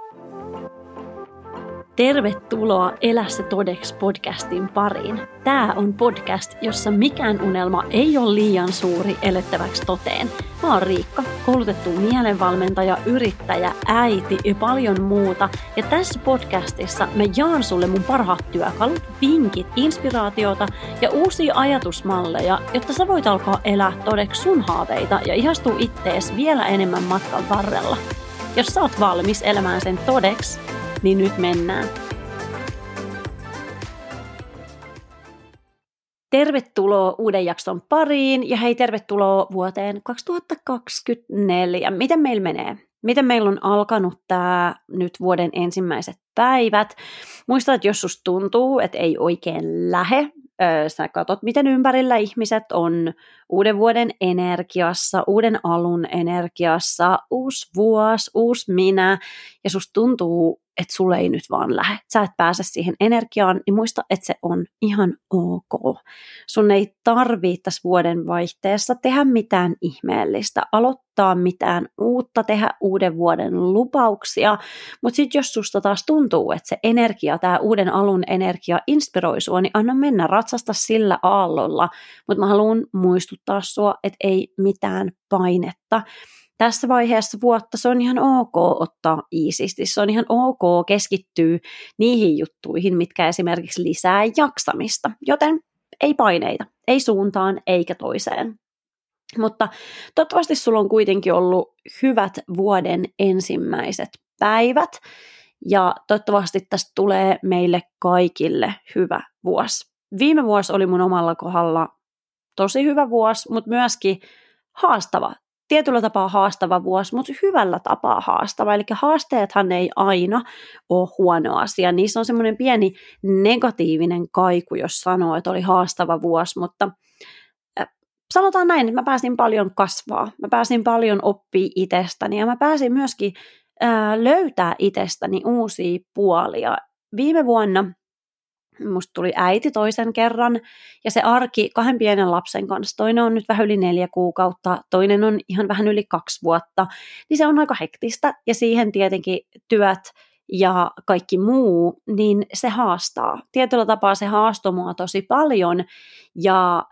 Tervetuloa Elä se todeksi podcastin pariin. Tämä on podcast, jossa mikään unelma ei ole liian suuri elettäväksi toteen. Mä oon Riikka, koulutettu mielenvalmentaja, yrittäjä, äiti ja paljon muuta. Ja tässä podcastissa mä jaan sulle mun parhaat työkalut, vinkit, inspiraatiota ja uusia ajatusmalleja, jotta sä voit alkaa elää todeksi sun haaveita ja ihastua ittees vielä enemmän matkan varrella. Jos sä oot valmis elämään sen todeksi, niin nyt mennään. Tervetuloa uuden jakson pariin ja hei, tervetuloa vuoteen 2024. Miten meillä menee? Miten meillä on alkanut tämä nyt vuoden ensimmäiset päivät? Muista, että jos susta tuntuu, että ei oikein lähe, sä katsot, miten ympärillä ihmiset on uuden vuoden energiassa, uuden alun energiassa, uusi vuosi, uusi minä, ja susta tuntuu, että sulle ei nyt vaan lähde. Sä et pääse siihen energiaan, niin muista, että se on ihan ok. Sun ei tarvitse tässä vuoden vaihteessa tehdä mitään ihmeellistä, aloittaa mitään uutta, tehdä uuden vuoden lupauksia, mutta sitten jos susta taas tuntuu, että se energia, tämä uuden alun energia inspiroi sua, niin anna mennä, ratsasta sillä aallolla, mutta mä haluan muistuttaa sua, että ei mitään painetta. Tässä vaiheessa vuotta se on ihan ok ottaa iisisti, se on ihan ok keskittyä niihin juttuihin, mitkä esimerkiksi lisää jaksamista, joten ei paineita, ei suuntaan eikä toiseen. Mutta toivottavasti sulla on kuitenkin ollut hyvät vuoden ensimmäiset päivät ja toivottavasti tästä tulee meille kaikille hyvä vuosi. Viime vuosi oli mun omalla kohdalla tosi hyvä vuosi, mutta myöskin haastava. Tietyllä tapaa haastava vuosi, mutta hyvällä tapaa haastava. Eli haasteethan ei aina ole huono asia. Niissä on semmoinen pieni negatiivinen kaiku, jos sanoo, että oli haastava vuosi. Mutta sanotaan näin, että mä pääsin paljon kasvaa. Mä pääsin paljon oppia itsestäni ja mä pääsin myöskin löytää itsestäni uusia puolia. Viime vuonna musta tuli äiti toisen kerran, ja se arki 2 pienen lapsen kanssa, toinen on nyt vähän yli 4 kuukautta, toinen on ihan vähän yli 2 vuotta, niin se on aika hektistä, ja siihen tietenkin työt ja kaikki muu, niin se haastaa. Tietyllä tapaa se haastoi mua tosi paljon, ja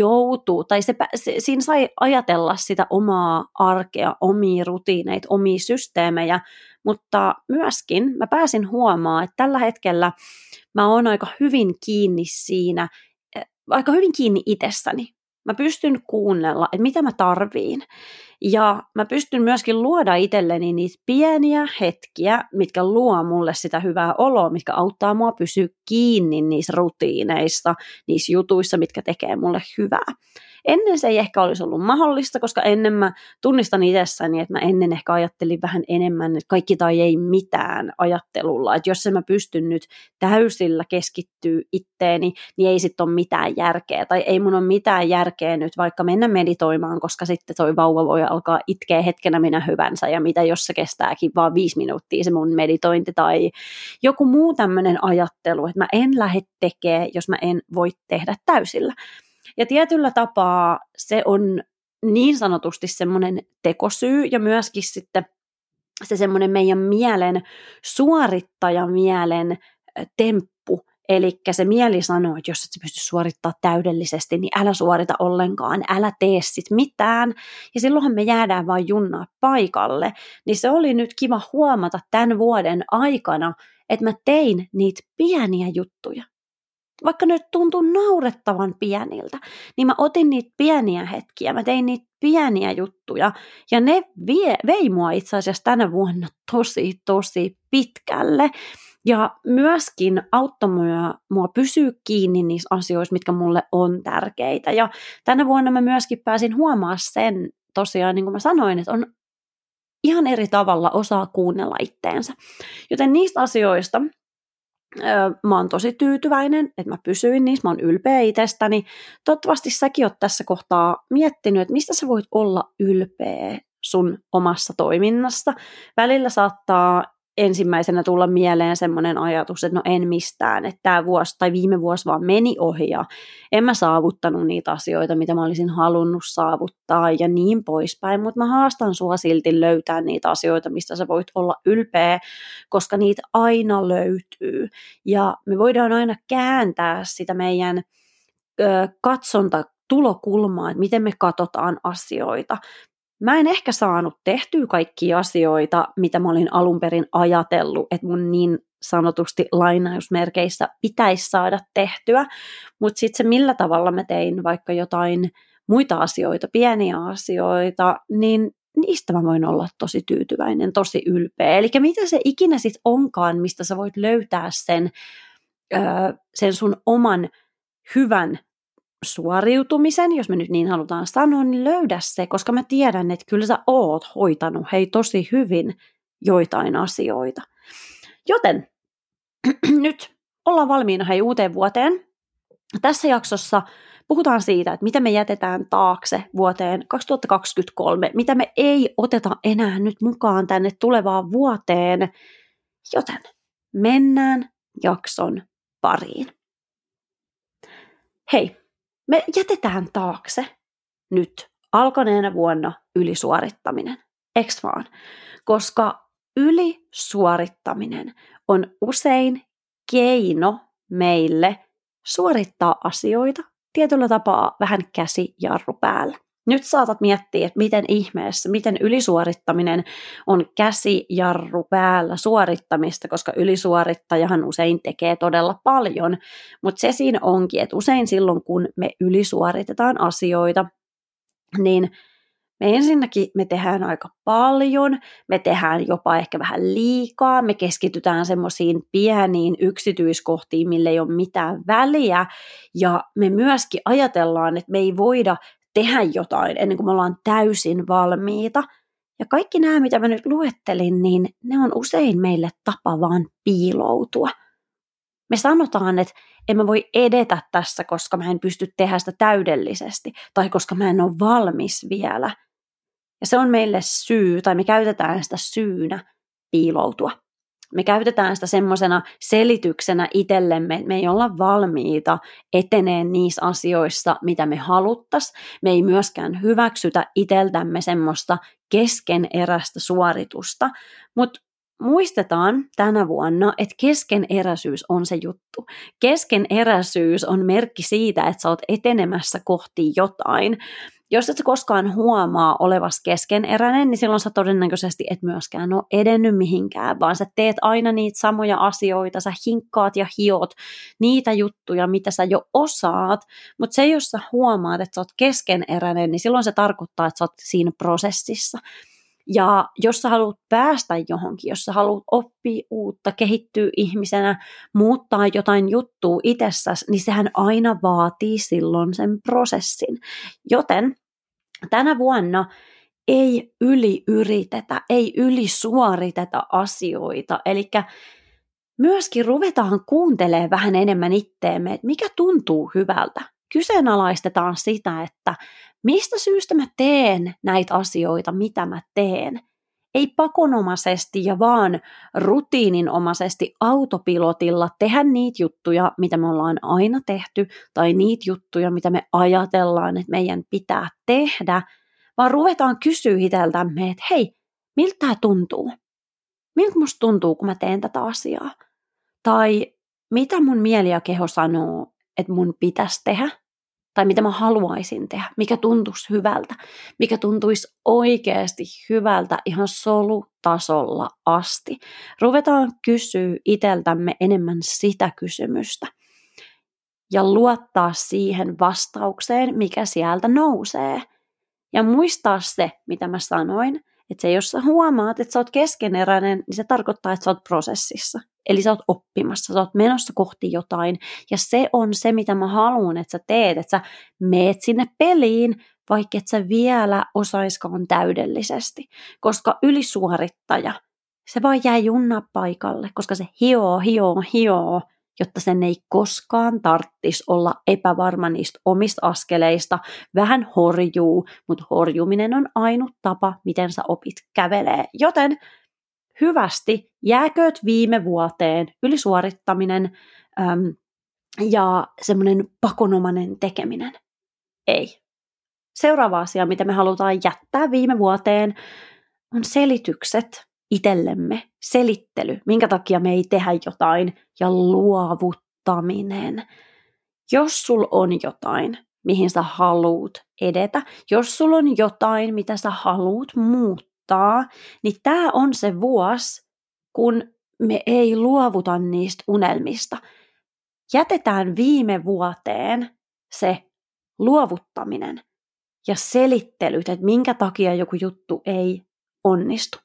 siinä sai ajatella sitä omaa arkea, omia rutiineita, omia systeemejä, mutta myöskin mä pääsin huomaamaan, että tällä hetkellä mä oon aika hyvin kiinni siinä, aika hyvin kiinni itsessäni. Mä pystyn kuunnella, että mitä mä tarviin. Ja mä pystyn myöskin luoda itselleni niitä pieniä hetkiä, mitkä luo mulle sitä hyvää oloa, mitkä auttaa mua pysyä kiinni niissä rutiineissa, niissä jutuissa, mitkä tekee mulle hyvää. Ennen se ei ehkä olisi ollut mahdollista, koska ennen mä tunnistan itsessäni, että mä ennen ehkä ajattelin vähän enemmän, että kaikki tai ei mitään ajattelulla. Että jos mä pystyn nyt täysillä keskittyä itteeni, niin ei sitten ole mitään järkeä. Tai ei mun ole mitään järkeä nyt vaikka mennä meditoimaan, koska sitten toi vauva voi alkaa itkeä hetkenä minä hyvänsä. Ja mitä jos se kestääkin vaan 5 minuuttia se mun meditointi tai joku muu tämmöinen ajattelu, että mä en lähde tekemään, jos mä en voi tehdä täysillä. Ja tietyllä tapaa se on niin sanotusti semmoinen tekosyy ja myöskin sitten se semmoinen meidän mielen, suorittajamielen temppu. Eli se mieli sanoo, että jos et sä pysty suorittamaan täydellisesti, niin älä suorita ollenkaan, älä tee sit mitään. Ja silloinhan me jäädään vain junnaa paikalle. Niin se oli nyt kiva huomata tämän vuoden aikana, että mä tein niitä pieniä juttuja. Vaikka ne tuntuu naurettavan pieniltä, niin mä otin niitä pieniä hetkiä, mä tein niitä pieniä juttuja, ja ne vei mua itse asiassa tänä vuonna tosi pitkälle, ja myöskin auttoi mua pysyä kiinni niissä asioissa, mitkä mulle on tärkeitä, ja tänä vuonna mä myöskin pääsin huomaamaan sen tosiaan, niin kuin mä sanoin, että on ihan eri tavalla osaa kuunnella itteensä, joten niistä asioista mä oon tosi tyytyväinen, että mä pysyin niissä, mä oon ylpeä itsestäni. Toivottavasti säkin oot tässä kohtaa miettinyt, että mistä sä voit olla ylpeä sun omassa toiminnassa. Välillä saattaa ensimmäisenä tulla mieleen semmoinen ajatus, että no en mistään, että tämä vuosi tai viime vuosi vaan meni ohi ja en mä saavuttanut niitä asioita, mitä mä olisin halunnut saavuttaa ja niin poispäin, mutta mä haastan sua silti löytää niitä asioita, mistä sä voit olla ylpeä, koska niitä aina löytyy ja me voidaan aina kääntää sitä meidän katsonta-tulokulmaa, että miten me katsotaan asioita. Mä en ehkä saanut tehtyä kaikkia asioita, mitä mä olin alun perin ajatellut, että mun niin sanotusti lainausmerkeissä pitäisi saada tehtyä, mutta sitten se millä tavalla mä tein vaikka jotain muita asioita, pieniä asioita, niin niistä mä voin olla tosi tyytyväinen, tosi ylpeä. Eli mitä se ikinä sitten onkaan, mistä sä voit löytää sen sun oman hyvän suoriutumisen, jos me nyt niin halutaan sanoa, niin löydä se, koska mä tiedän, että kyllä sä oot hoitanut tosi hyvin joitain asioita. Joten nyt ollaan valmiina uuteen vuoteen. Tässä jaksossa puhutaan siitä, että mitä me jätetään taakse vuoteen 2023, mitä me ei oteta enää nyt mukaan tänne tulevaan vuoteen, joten mennään jakson pariin. Hei, me jätetään taakse nyt alkaneena vuonna ylisuorittaminen, eks vaan? Koska ylisuorittaminen on usein keino meille suorittaa asioita tietyllä tapaa vähän käsijarru päällä. Nyt saatat miettiä, että miten ihmeessä, miten ylisuorittaminen on käsijarru päällä suorittamista, koska ylisuorittajahan usein tekee todella paljon, mutta se siinä onkin, että usein silloin kun me ylisuoritetaan asioita, niin me ensinnäkin me tehdään aika paljon, me tehdään jopa ehkä vähän liikaa, me keskitytään semmoisiin pieniin yksityiskohtiin, mille ei ole mitään väliä, ja me myöskin ajatellaan, että me ei voida tehdä jotain ennen kuin me ollaan täysin valmiita. Ja kaikki nämä, mitä mä nyt luettelin, niin ne on usein meille tapa vaan piiloutua. Me sanotaan, että en mä voi edetä tässä, koska mä en pysty tehdä sitä täydellisesti, tai koska mä en ole valmis vielä. Ja se on meille syy, tai me käytetään sitä syynä piiloutua. Me käytetään sitä semmoisena selityksenä itsellemme, että me ei olla valmiita eteneen niissä asioissa, mitä me haluttaisiin. Me ei myöskään hyväksytä itseltämme semmoista keskeneräistä suoritusta, mutta muistetaan tänä vuonna, että keskeneräisyys on se juttu. Keskeneräisyys on merkki siitä, että sä oot etenemässä kohti jotain. Jos et sä koskaan huomaa olevas keskeneräinen, niin silloin sä todennäköisesti et myöskään ole edennyt mihinkään, vaan sä teet aina niitä samoja asioita, sä hinkkaat ja hiot niitä juttuja, mitä sä jo osaat, mutta se, jos sä huomaat, että sä oot keskeneräinen, niin silloin se tarkoittaa, että sä oot siinä prosessissa. Ja jos sä haluat päästä johonkin, jos sä haluat oppia uutta, kehittyä ihmisenä, muuttaa jotain juttua itsessäsi, niin sehän aina vaatii silloin sen prosessin. Joten tänä vuonna ei yliyritetä, ei ylisuoriteta asioita. Eli myöskin ruvetaan kuuntelemaan vähän enemmän itteemme, että mikä tuntuu hyvältä. Kyseenalaistetaan sitä, että mistä syystä mä teen näitä asioita, mitä mä teen. Ei pakonomaisesti ja vaan rutiininomaisesti autopilotilla tehdä niitä juttuja, mitä me ollaan aina tehty, tai niitä juttuja, mitä me ajatellaan, että meidän pitää tehdä, vaan ruvetaan kysyä itseltämme, että hei, miltä tämä tuntuu? Miltä musta tuntuu, kun mä teen tätä asiaa? Tai mitä mun mieli ja keho sanoo, että mun pitäisi tehdä? Tai mitä mä haluaisin tehdä, mikä tuntuisi hyvältä, mikä tuntuisi oikeasti hyvältä ihan solutasolla asti. Ruvetaan kysyä itseltämme enemmän sitä kysymystä ja luottaa siihen vastaukseen, mikä sieltä nousee. Ja muistaa se, mitä mä sanoin, että se, jos sä huomaat, että sä oot keskeneräinen, niin se tarkoittaa, että sä oot prosessissa. Eli sä oot oppimassa, sä oot menossa kohti jotain. Ja se on se, mitä mä haluan, että sä teet. Että sä meet sinne peliin, vaikka et sä vielä osaiskaan täydellisesti. Koska ylisuorittaja, se vaan jää junnaa paikalle, koska se hioo, jotta sen ei koskaan tarvitsisi olla epävarma niistä omista askeleista. Vähän horjuu, mutta horjuminen on ainut tapa, miten sä opit kävelee. Joten hyvästi, jääkööt viime vuoteen ylisuorittaminen ja semmoinen pakonomainen tekeminen. Ei. Seuraava asia, mitä me halutaan jättää viime vuoteen, on selitykset itsellemme, selittely, minkä takia me ei tehdä jotain, ja luovuttaminen. Jos sul on jotain, mihin sä haluut edetä, jos sul on jotain, mitä sä haluut muuttaa, niin tää on se vuosi, kun me ei luovuta niistä unelmista. Jätetään viime vuoteen se luovuttaminen ja selittelyt, että minkä takia joku juttu ei onnistu.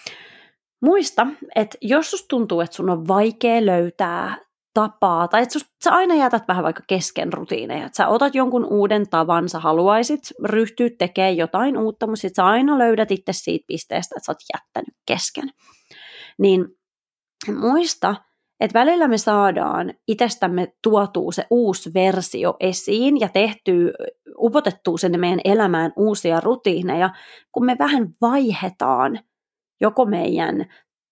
Muista, että jos susta tuntuu, että sun on vaikea löytää tapaa, tai että sä aina jätät vähän vaikka kesken rutiineja, että sä otat jonkun uuden tavan, sä haluaisit ryhtyä tekemään jotain uutta, mutta sit sä aina löydät itse siitä pisteestä, että sä oot jättänyt kesken. Niin muista, että välillä me saadaan itsestämme tuotua se uusi versio esiin ja upotettua sinne meidän elämään uusia rutiineja, kun me vähän vaihdetaan joko meidän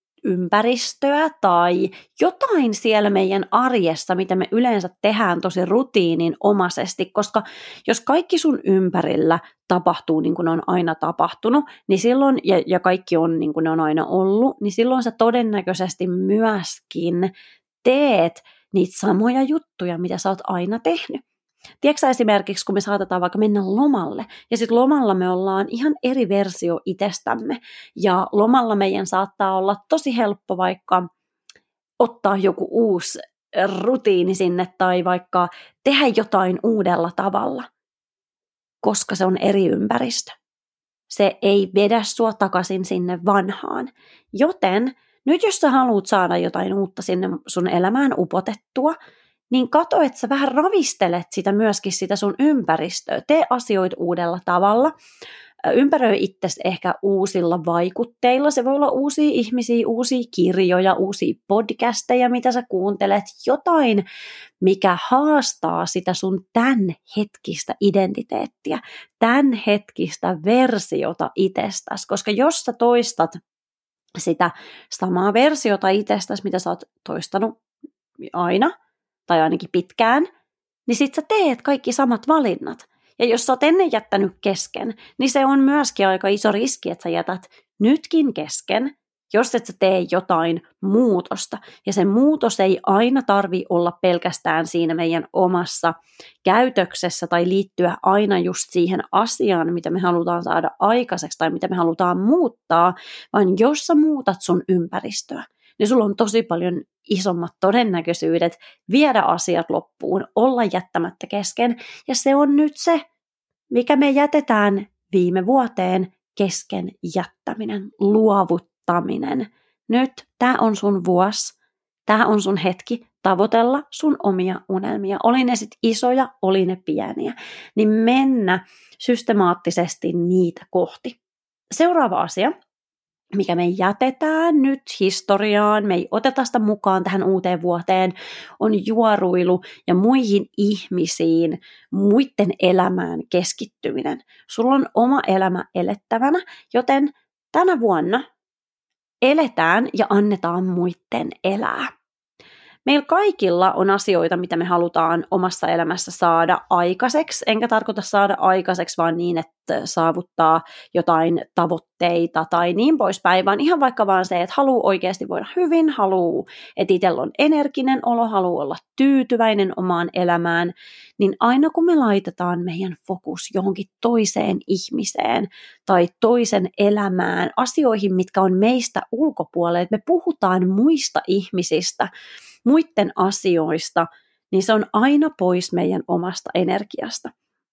ympäristöä tai jotain siellä meidän arjessa, mitä me yleensä tehdään tosi rutiininomaisesti, koska jos kaikki sun ympärillä tapahtuu niin kuin ne on aina tapahtunut, niin silloin, ja kaikki on niin kuin ne on aina ollut, niin silloin sä todennäköisesti myöskin teet niitä samoja juttuja, mitä sä oot aina tehnyt. Tiedätkö sä esimerkiksi, kun me saatetaan vaikka mennä lomalle, ja sitten lomalla me ollaan ihan eri versio itsestämme, ja lomalla meidän saattaa olla tosi helppo vaikka ottaa joku uusi rutiini sinne, tai vaikka tehdä jotain uudella tavalla, koska se on eri ympäristö. Se ei vedä sua takaisin sinne vanhaan. Joten nyt jos sä haluat saada jotain uutta sinne sun elämään upotettua, niin kato, että sä vähän ravistelet myöskin sitä sun ympäristöä. Tee asioita uudella tavalla. Ympäröi itsesi ehkä uusilla vaikutteilla. Se voi olla uusia ihmisiä, uusia kirjoja, uusia podcasteja, mitä sä kuuntelet. Jotain, mikä haastaa sitä sun tämänhetkistä identiteettiä, tämänhetkistä versiota itsestäsi. Koska jos sä toistat sitä samaa versiota itsestäsi, mitä sä oot toistanut aina, tai ainakin pitkään, niin sit sä teet kaikki samat valinnat. Ja jos sä oot ennen jättänyt kesken, niin se on myöskin aika iso riski, että sä jätät nytkin kesken, jos et sä tee jotain muutosta. Ja se muutos ei aina tarvi olla pelkästään siinä meidän omassa käytöksessä tai liittyä aina just siihen asiaan, mitä me halutaan saada aikaiseksi tai mitä me halutaan muuttaa, vaan jos sä muutat sun ympäristöä, niin sulla on tosi paljon isommat todennäköisyydet viedä asiat loppuun, olla jättämättä kesken. Ja se on nyt se, mikä me jätetään viime vuoteen kesken jättäminen, luovuttaminen. Nyt tämä on sun vuosi, tämä on sun hetki tavoitella sun omia unelmia. Oli ne sitten isoja, oli ne pieniä. Niin mennä systemaattisesti niitä kohti. Seuraava asia, mikä me jätetään nyt historiaan, me ei oteta sitä mukaan tähän uuteen vuoteen, on juoruilu ja muihin ihmisiin, muiden elämään keskittyminen. Sulla on oma elämä elettävänä, joten tänä vuonna eletään ja annetaan muiden elää. Meillä kaikilla on asioita, mitä me halutaan omassa elämässä saada aikaiseksi, enkä tarkoita saada aikaiseksi vaan niin, että saavuttaa jotain tavoitteita tai niin poispäin, vaan ihan vaikka vaan se, että haluaa oikeasti voida hyvin, haluaa, että itsellä on energinen olo, haluaa olla tyytyväinen omaan elämään, niin aina kun me laitetaan meidän fokus johonkin toiseen ihmiseen tai toisen elämään, asioihin, mitkä on meistä ulkopuolella, että me puhutaan muista ihmisistä, muiden asioista, niin se on aina pois meidän omasta energiasta.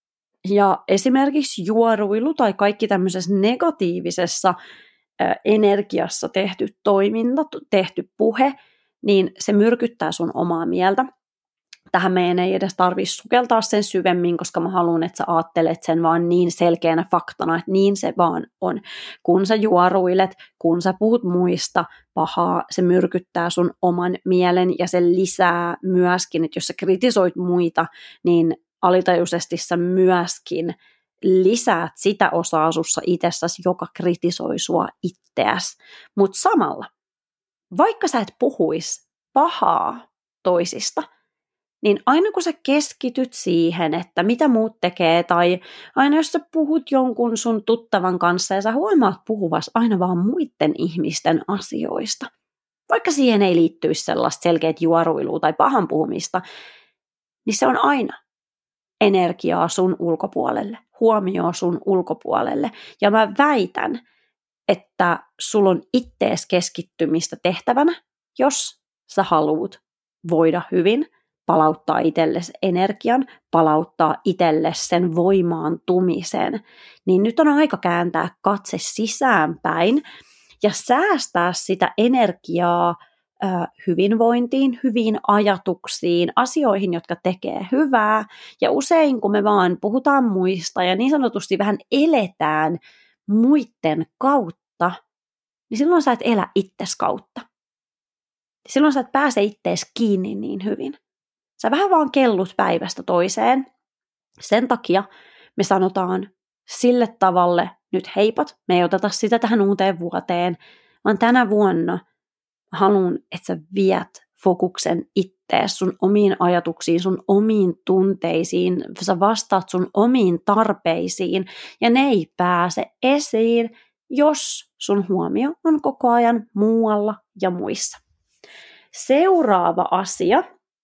Ja esimerkiksi juoruilu tai kaikki tämmöisessä negatiivisessa energiassa tehty toiminta, tehty puhe, niin se myrkyttää sun omaa mieltä. Tähän meidän ei edes tarvitse sukeltaa sen syvemmin, koska mä haluan, että sä ajattelet sen vaan niin selkeänä faktana, että niin se vaan on. Kun sä juoruilet, kun sä puhut muista pahaa, se myrkyttää sun oman mielen ja se lisää myöskin, että jos sä kritisoit muita, niin alitajuisesti sä myöskin lisäät sitä osaa sussa itsessäsi, joka kritisoi sua itseäsi. Mutta samalla, vaikka sä et puhuisi pahaa toisista, niin aina kun sä keskityt siihen, että mitä muut tekee, tai aina jos sä puhut jonkun sun tuttavan kanssa ja sä huomaat puhuvas aina vaan muiden ihmisten asioista, vaikka siihen ei liittyisi sellaista selkeät juoruilua tai pahan puhumista, niin se on aina energiaa sun ulkopuolelle, huomioon sun ulkopuolelle. Ja mä väitän, että sulla on ittees keskittymistä tehtävänä, jos sä haluut voida hyvin, palauttaa itsellesi energian, palauttaa itsellesi sen voimaantumisen, niin nyt on aika kääntää katse sisäänpäin ja säästää sitä energiaa hyvinvointiin, hyviin ajatuksiin, asioihin, jotka tekee hyvää. Ja usein, kun me vaan puhutaan muista ja niin sanotusti vähän eletään muiden kautta, niin silloin sä et elä itses kautta. Silloin sä et pääse ittees kiinni niin hyvin. Sä vähän vaan kellut päivästä toiseen. Sen takia me sanotaan sille tavalle nyt heipat. Me ei oteta sitä tähän uuteen vuoteen, vaan tänä vuonna haluan, että sä viet fokuksen ittees sun omiin ajatuksiin, sun omiin tunteisiin. Sä vastaat sun omiin tarpeisiin ja ne ei pääse esiin, jos sun huomio on koko ajan muualla ja muissa. Seuraava asia,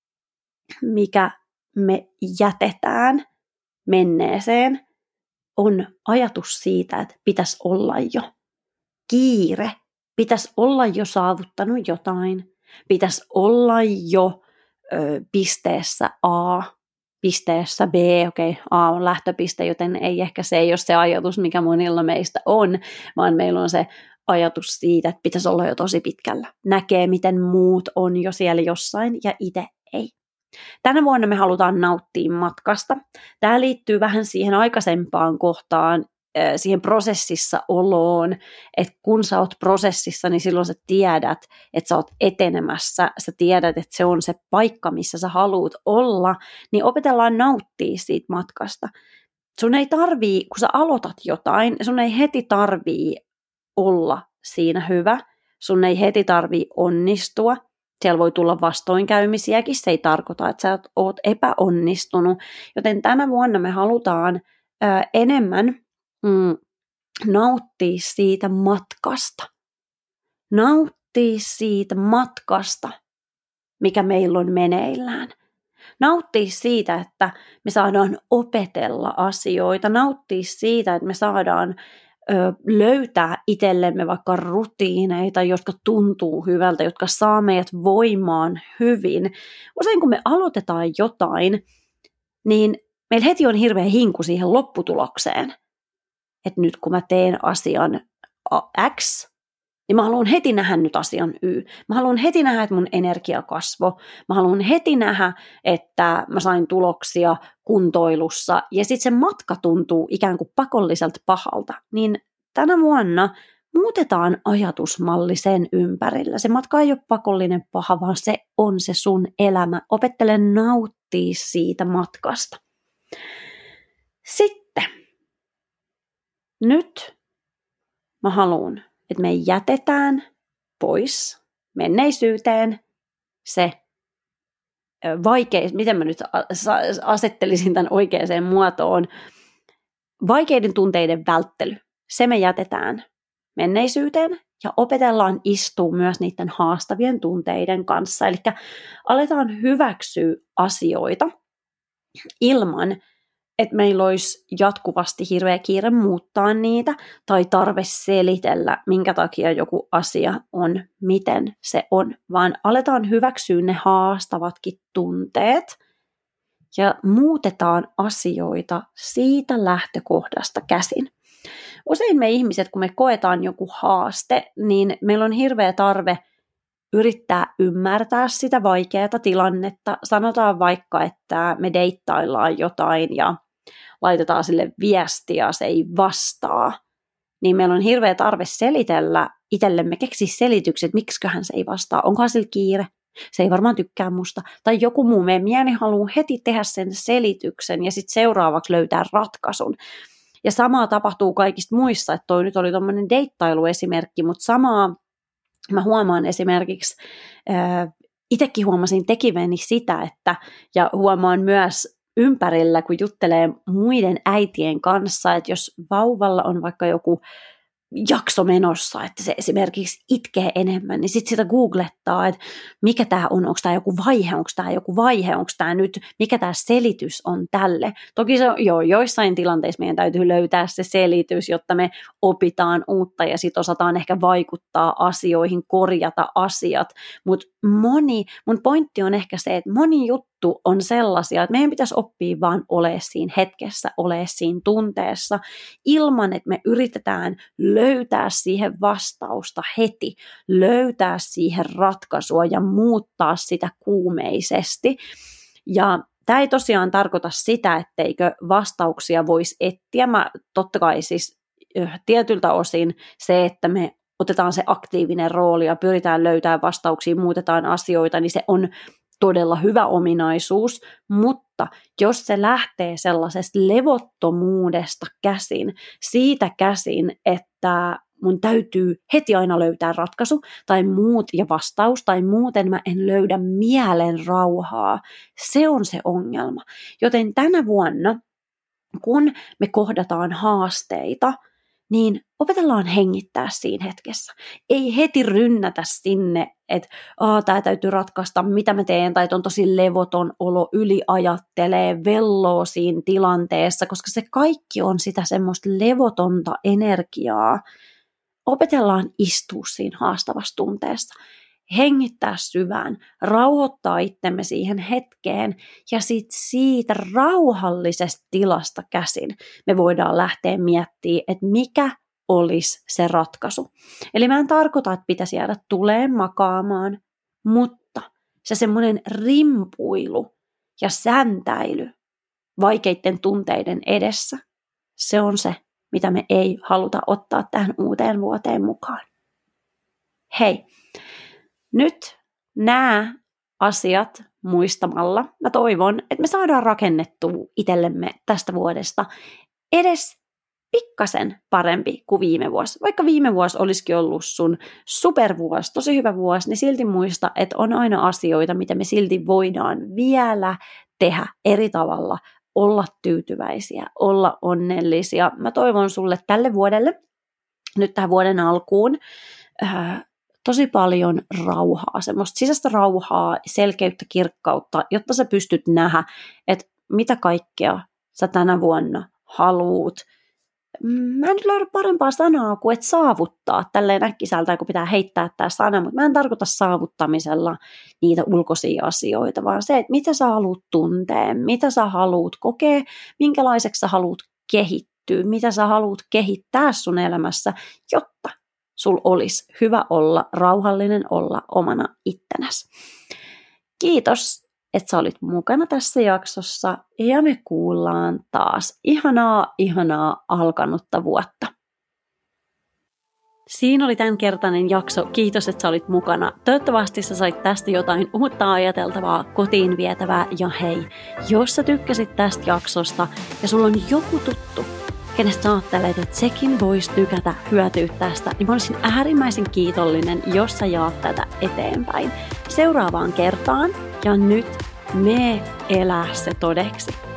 mikä me jätetään menneeseen, on ajatus siitä, että pitäisi olla jo kiire, pitäisi olla jo saavuttanut jotain, pitäisi olla jo pisteessä A, pisteessä B, okei, A on lähtöpiste, joten se ei ole se ajatus, mikä monilla meistä on, vaan meillä on se ajatus siitä, että pitäisi olla jo tosi pitkällä. Näkee, miten muut on jo siellä jossain ja itse ei. Tänä vuonna me halutaan nauttia matkasta. Tämä liittyy vähän siihen aikaisempaan kohtaan, siihen prosessissa oloon, että kun sä oot prosessissa, niin silloin sä tiedät, että sä oot etenemässä, sä tiedät, että se on se paikka, missä sä haluut olla, niin opetellaan nauttia siitä matkasta. Sun ei tarvii, kun sä aloitat jotain, sun ei heti tarvii olla siinä hyvä, sun ei heti tarvii onnistua, siellä voi tulla vastoinkäymisiäkin, se ei tarkoita, että sä oot epäonnistunut, joten tänä vuonna me halutaan enemmän nauttia siitä matkasta. Nauttia siitä matkasta, mikä meillä on meneillään. Nauttia siitä, että me saadaan opetella asioita. Nauttia siitä, että me saadaan löytää itsellemme vaikka rutiineita, jotka tuntuu hyvältä, jotka saa meidät voimaan hyvin. Usein kun me aloitetaan jotain, niin meillä heti on hirveä hinku siihen lopputulokseen. Että nyt kun mä teen asian X, niin mä haluan heti nähdä nyt asian Y. Mä haluan heti nähdä, että mun energia kasvoi. Mä haluan heti nähdä, että mä sain tuloksia kuntoilussa. Ja sitten se matka tuntuu ikään kuin pakolliselta pahalta. Niin tänä vuonna muutetaan ajatusmalli sen ympärillä. Se matka ei ole pakollinen paha, vaan se on se sun elämä. Opettele nauttia siitä matkasta. Sitten. Nyt mä haluan, että me jätetään pois menneisyyteen se miten mä nyt asettelisin tämän oikeaan muotoon, vaikeiden tunteiden välttely. Se me jätetään menneisyyteen ja opetellaan istua myös niiden haastavien tunteiden kanssa. Eli aletaan hyväksyä asioita ilman, että meillä olisi jatkuvasti hirveä kiire muuttaa niitä tai tarve selitellä, minkä takia joku asia on, miten se on, vaan aletaan hyväksyä ne haastavatkin tunteet ja muutetaan asioita siitä lähtökohdasta käsin. Usein me ihmiset, kun me koetaan joku haaste, niin meillä on hirveä tarve yrittää ymmärtää sitä vaikeaa tilannetta. Sanotaan vaikka, että me deittaillaan jotain ja laitetaan sille viestiä, se ei vastaa. Niin meillä on hirveä tarve selitellä itsellemme, keksiä selitykset, että miksiköhän se ei vastaa. Onkohan sillä kiire? Se ei varmaan tykkää musta. Tai joku muu meidän mieli haluaa heti tehdä sen selityksen ja sitten seuraavaksi löytää ratkaisun. Ja samaa tapahtuu kaikista muissa, että toi nyt oli tommoinen deittailuesimerkki, mutta samaa mä huomaan esimerkiksi, itsekin huomasin tekiväni sitä, ja huomaan myös ympärillä, kun juttelee muiden äitien kanssa, että jos vauvalla on vaikka joku jakso menossa, että se esimerkiksi itkee enemmän, niin sitten sitä googlettaa, että mikä tämä on, onko tämä joku vaihe, onko tämä nyt, mikä tämä selitys on tälle. Toki se joissain tilanteissa meidän täytyy löytää se selitys, jotta me opitaan uutta ja sitten osataan ehkä vaikuttaa asioihin, korjata asiat, mutta mun pointti on ehkä se, että moni juttu on sellaisia, että meidän pitäisi oppia vaan olemaan siinä hetkessä, olemaan siinä tunteessa, ilman että me yritetään löytää siihen vastausta heti, löytää siihen ratkaisua ja muuttaa sitä kuumeisesti. Ja tämä ei tosiaan tarkoita sitä, etteikö vastauksia voisi etsiä. Totta kai siis tietyltä osin se, että me otetaan se aktiivinen rooli ja pyritään löytämään vastauksia, muutetaan asioita, niin se on todella hyvä ominaisuus, mutta jos se lähtee sellaisesta levottomuudesta käsin, siitä käsin, että mun täytyy heti aina löytää ratkaisu tai muut ja vastaus tai muuten mä en löydä mielen rauhaa, se on se ongelma. Joten tänä vuonna, kun me kohdataan haasteita, niin opetellaan hengittää siinä hetkessä. Ei heti rynnätä sinne, että tämä täytyy ratkaista, mitä mä teen, tai että on tosi levoton olo, yliajattelee, velloo siinä tilanteessa, koska se kaikki on sitä semmoista levotonta energiaa. Opetellaan istua siinä haastavassa tunteessa, hengittää syvään, rauhoittaa itsemme siihen hetkeen ja siitä rauhallisesta tilasta käsin me voidaan lähteä miettimään, että mikä olisi se ratkaisu. Eli mä en tarkoita, että pitäisi jäädä tuleen makaamaan, mutta se semmoinen rimpuilu ja säntäily vaikeiden tunteiden edessä, se on se, mitä me ei haluta ottaa tähän uuteen vuoteen mukaan. Hei! Nyt nämä asiat muistamalla mä toivon, että me saadaan rakennettua itsellemme tästä vuodesta edes pikkasen parempi kuin viime vuosi. Vaikka viime vuosi olisikin ollut sun supervuosi, tosi hyvä vuosi, niin silti muista, että on aina asioita, mitä me silti voidaan vielä tehdä eri tavalla, olla tyytyväisiä, olla onnellisia. Mä toivon sulle tälle vuodelle, nyt tähän vuoden alkuun, tosi paljon rauhaa, semmoista sisäistä rauhaa, selkeyttä, kirkkautta, jotta sä pystyt nähdä, että mitä kaikkea sä tänä vuonna haluut. Mä en nyt löydä parempaa sanaa kuin että saavuttaa, tälleen äkkisältään, kun pitää heittää tämä sana, mutta mä en tarkoita saavuttamisella niitä ulkoisia asioita, vaan se, että mitä sä haluat tuntea, mitä sä haluat kokea, minkälaiseksi sä haluat kehittyä, mitä sä haluat kehittää sun elämässä, jotta sul olisi hyvä olla, rauhallinen olla omana ittenäsi. Kiitos, että sä olit mukana tässä jaksossa ja me kuullaan taas ihanaa alkanutta vuotta. Siinä oli tämänkertainen jakso. Kiitos, että sä olit mukana. Toivottavasti sä sait tästä jotain uutta ajateltavaa, kotiin vietävää. Ja hei, jos sä tykkäsit tästä jaksosta ja sulla on joku tuttu, kenestä sä ajattelet, että sekin voisi tykätä, hyötyä tästä, niin mä olisin äärimmäisen kiitollinen, jos sä jaat tätä eteenpäin. Seuraavaan kertaan, ja nyt me elää se todeksi.